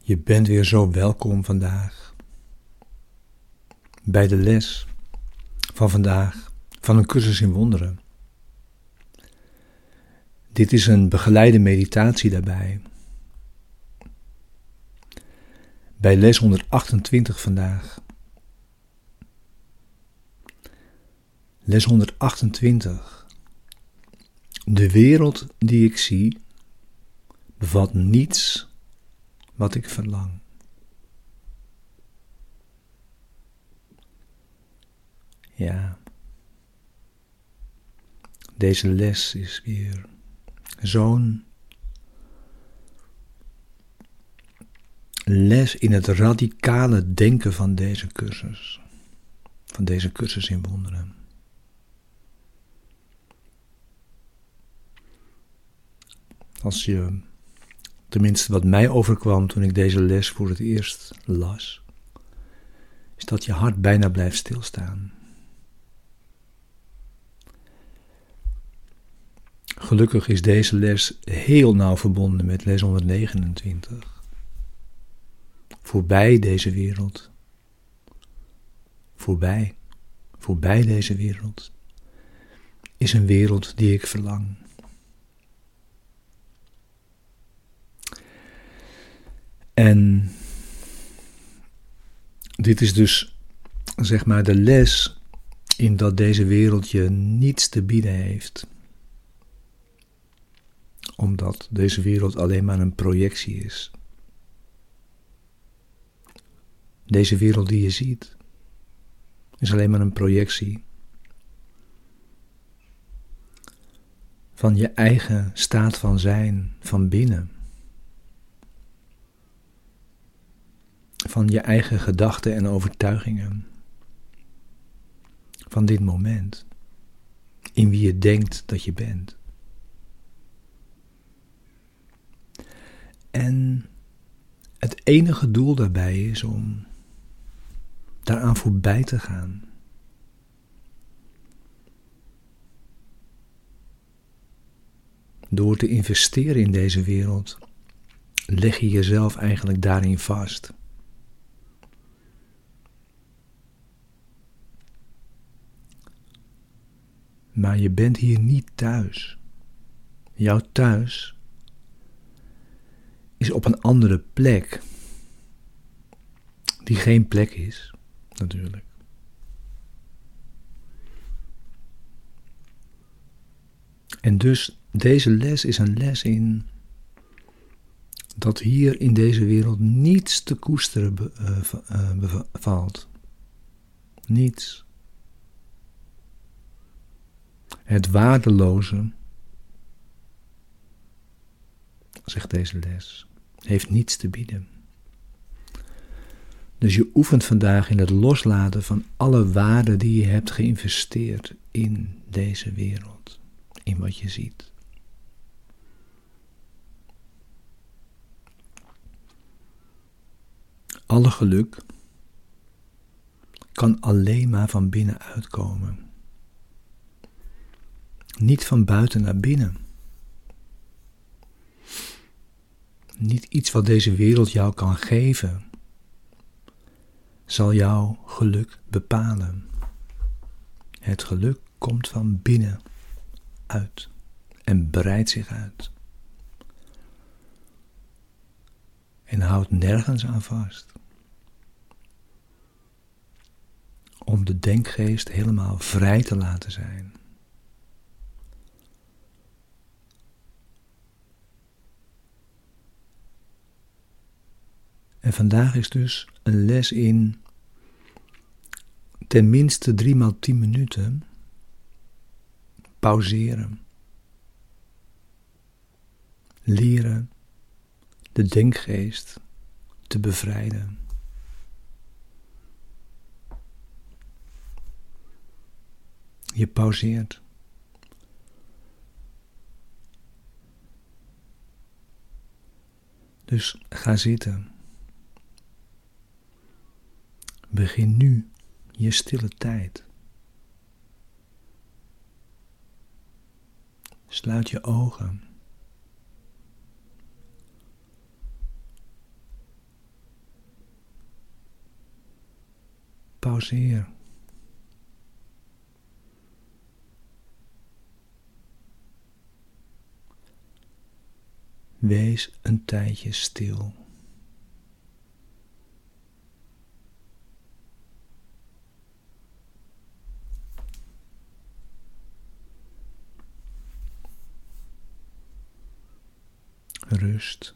Je bent weer zo welkom vandaag bij de les van vandaag van een cursus in wonderen. Dit is een begeleide meditatie daarbij. Bij les 128 vandaag. Les 128. De wereld die ik zie bevat niets wat ik verlang. Ja, deze les is weer zo'n les in het radicale denken van deze cursus. Van deze cursus in wonderen. Als je, tenminste wat mij overkwam toen ik deze les voor het eerst las, is dat je hart bijna blijft stilstaan. Gelukkig is deze les heel nauw verbonden met les 129. Voorbij deze wereld. Voorbij deze wereld is een wereld die ik verlang. En dit is dus, zeg maar, de les in dat deze wereld je niets te bieden heeft. Omdat deze wereld alleen maar een projectie is. Deze wereld die je ziet is alleen maar een projectie van je eigen staat van zijn van binnen. Van je eigen gedachten en overtuigingen. Van dit moment. In wie je denkt dat je bent. En het enige doel daarbij is om daaraan voorbij te gaan. Door te investeren in deze wereld, leg je jezelf eigenlijk daarin vast. Maar je bent hier niet thuis. Jouw thuis is op een andere plek. Die geen plek is, natuurlijk. En dus deze les is een les in dat hier in deze wereld niets te koesteren valt. Niets. Het waardeloze, zegt deze les, heeft niets te bieden. Dus je oefent vandaag in het loslaten van alle waarde die je hebt geïnvesteerd in deze wereld, in wat je ziet. Alle geluk kan alleen maar van binnen uitkomen. Niet van buiten naar binnen. Niet iets wat deze wereld jou kan geven, zal jouw geluk bepalen. Het geluk komt van binnen uit en breidt zich uit. En houdt nergens aan vast. Om de denkgeest helemaal vrij te laten zijn. En vandaag is dus een les in tenminste 3 x 10 minuten pauzeren. Leren de denkgeest te bevrijden. Je pauzeert. Dus ga zitten. Begin nu je stille tijd. Sluit je ogen. pauzeer. Wees een tijdje stil. Rust.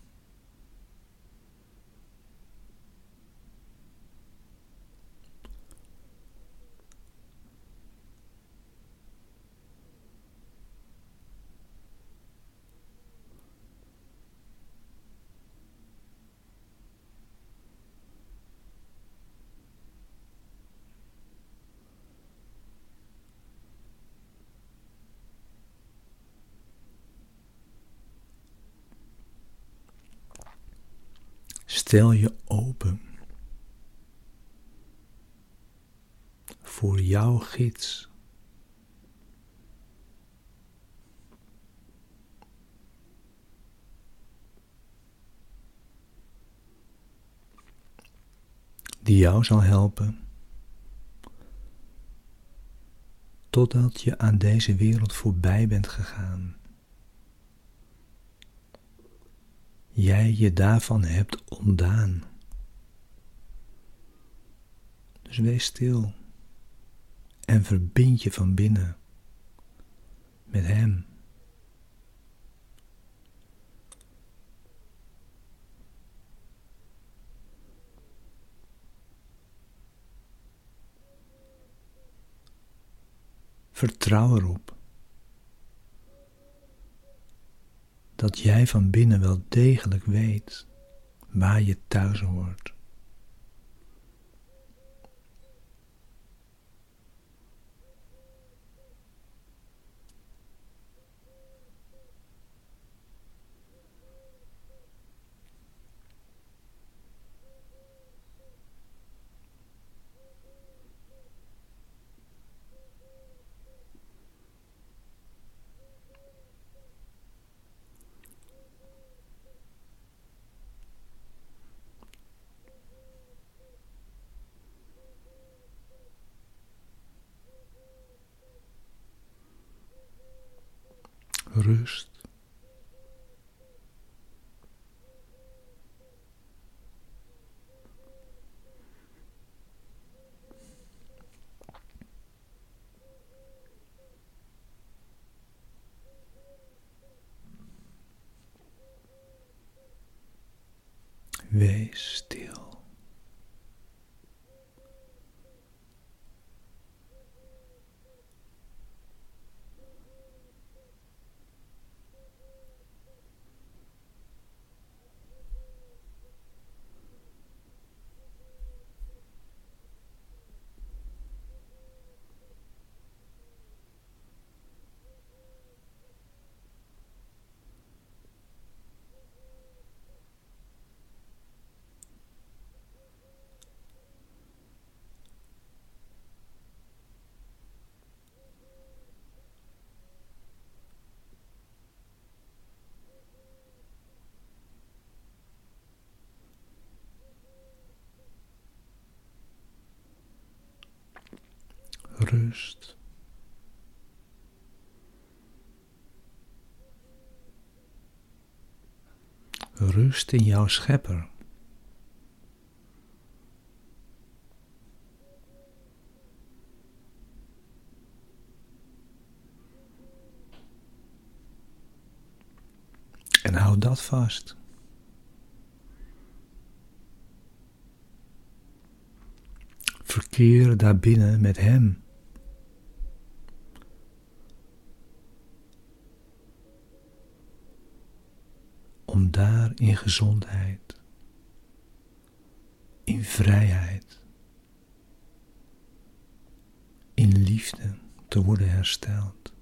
Stel je open voor jouw gids. Die jou zal helpen totdat je aan deze wereld voorbij bent gegaan. Jij je daarvan hebt ontdaan. Dus wees stil en verbind je van binnen met Hem. Vertrouw erop dat jij van binnen wel degelijk weet waar je thuis hoort. Rust. Wees stil. Rust. Rust in jouw schepper. En houd dat vast. Verkeer daarbinnen met Hem. Om daar in gezondheid, in vrijheid, in liefde te worden hersteld.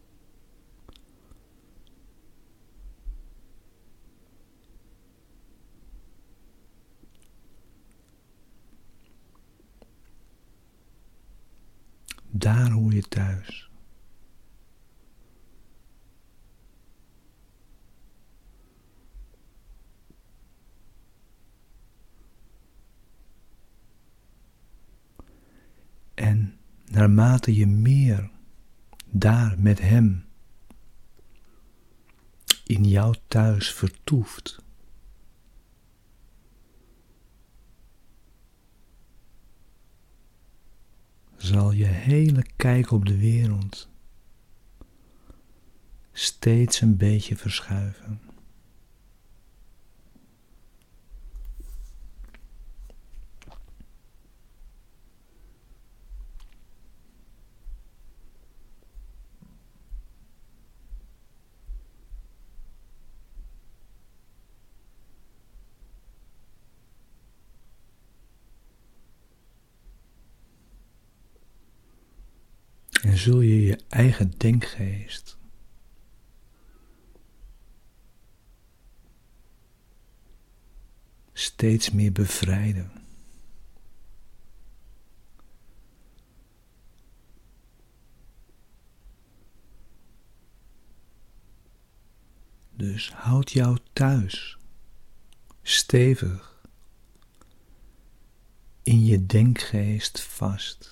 Daar hoor je thuis. naarmate je meer daar met hem in jouw thuis vertoeft, zal je hele kijk op de wereld steeds een beetje verschuiven. En zul je je eigen denkgeest steeds meer bevrijden. Dus houd jou thuis stevig in je denkgeest vast.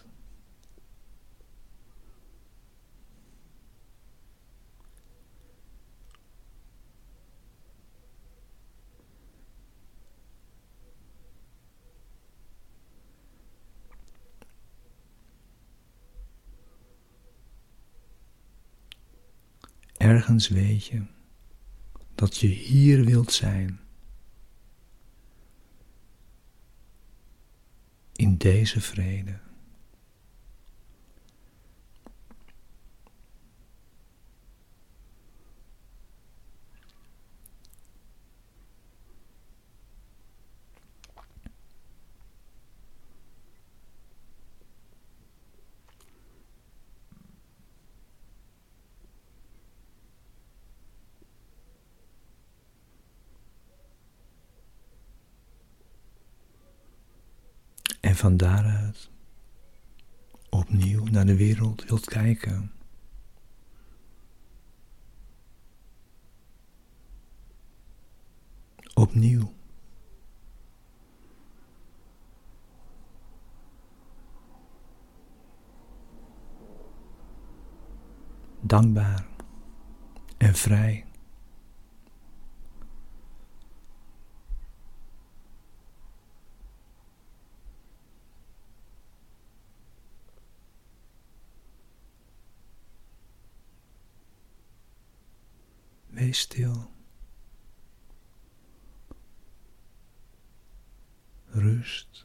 Ergens weet je dat je hier wilt zijn, in deze vrede. En van daaruit opnieuw naar de wereld wilt kijken. Opnieuw. Dankbaar en vrij. Wees stil. Rust.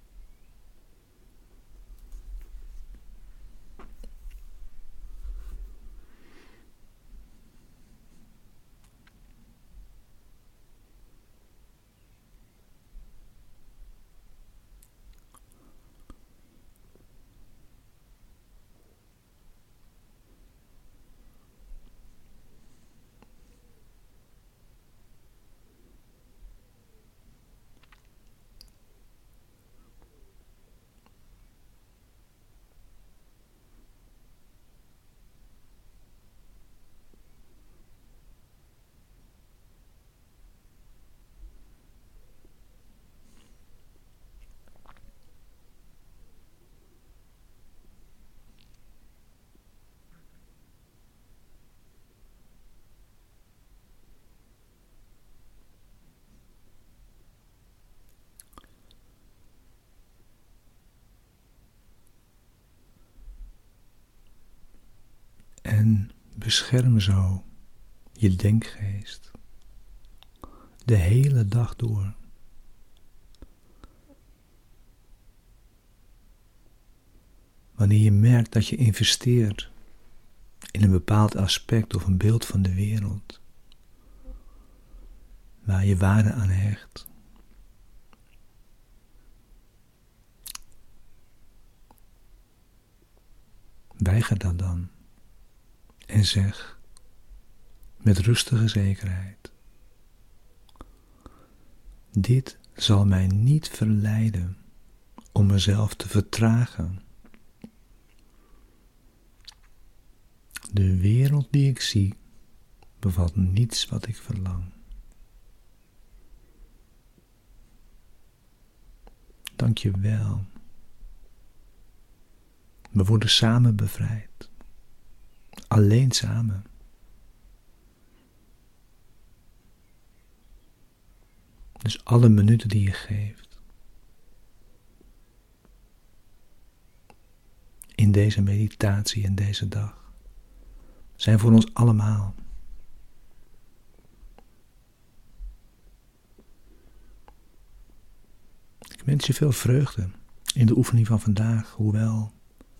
En bescherm zo je denkgeest de hele dag door. Wanneer je merkt dat je investeert in een bepaald aspect of een beeld van de wereld, waar je waarde aan hecht, weiger dat dan en zeg met rustige zekerheid: dit zal mij niet verleiden om mezelf te vertragen. De wereld die ik zie bevat niets wat ik verlang. Dank je wel We worden samen bevrijd. Alleen samen. Dus alle minuten die je geeft in deze meditatie en deze dag zijn voor ons allemaal. Ik wens je veel vreugde in de oefening van vandaag, hoewel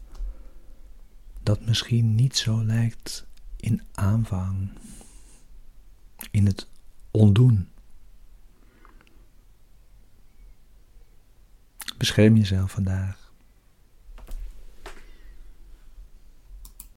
dat misschien niet zo lijkt in aanvang, in het ondoen. Bescherm jezelf vandaag.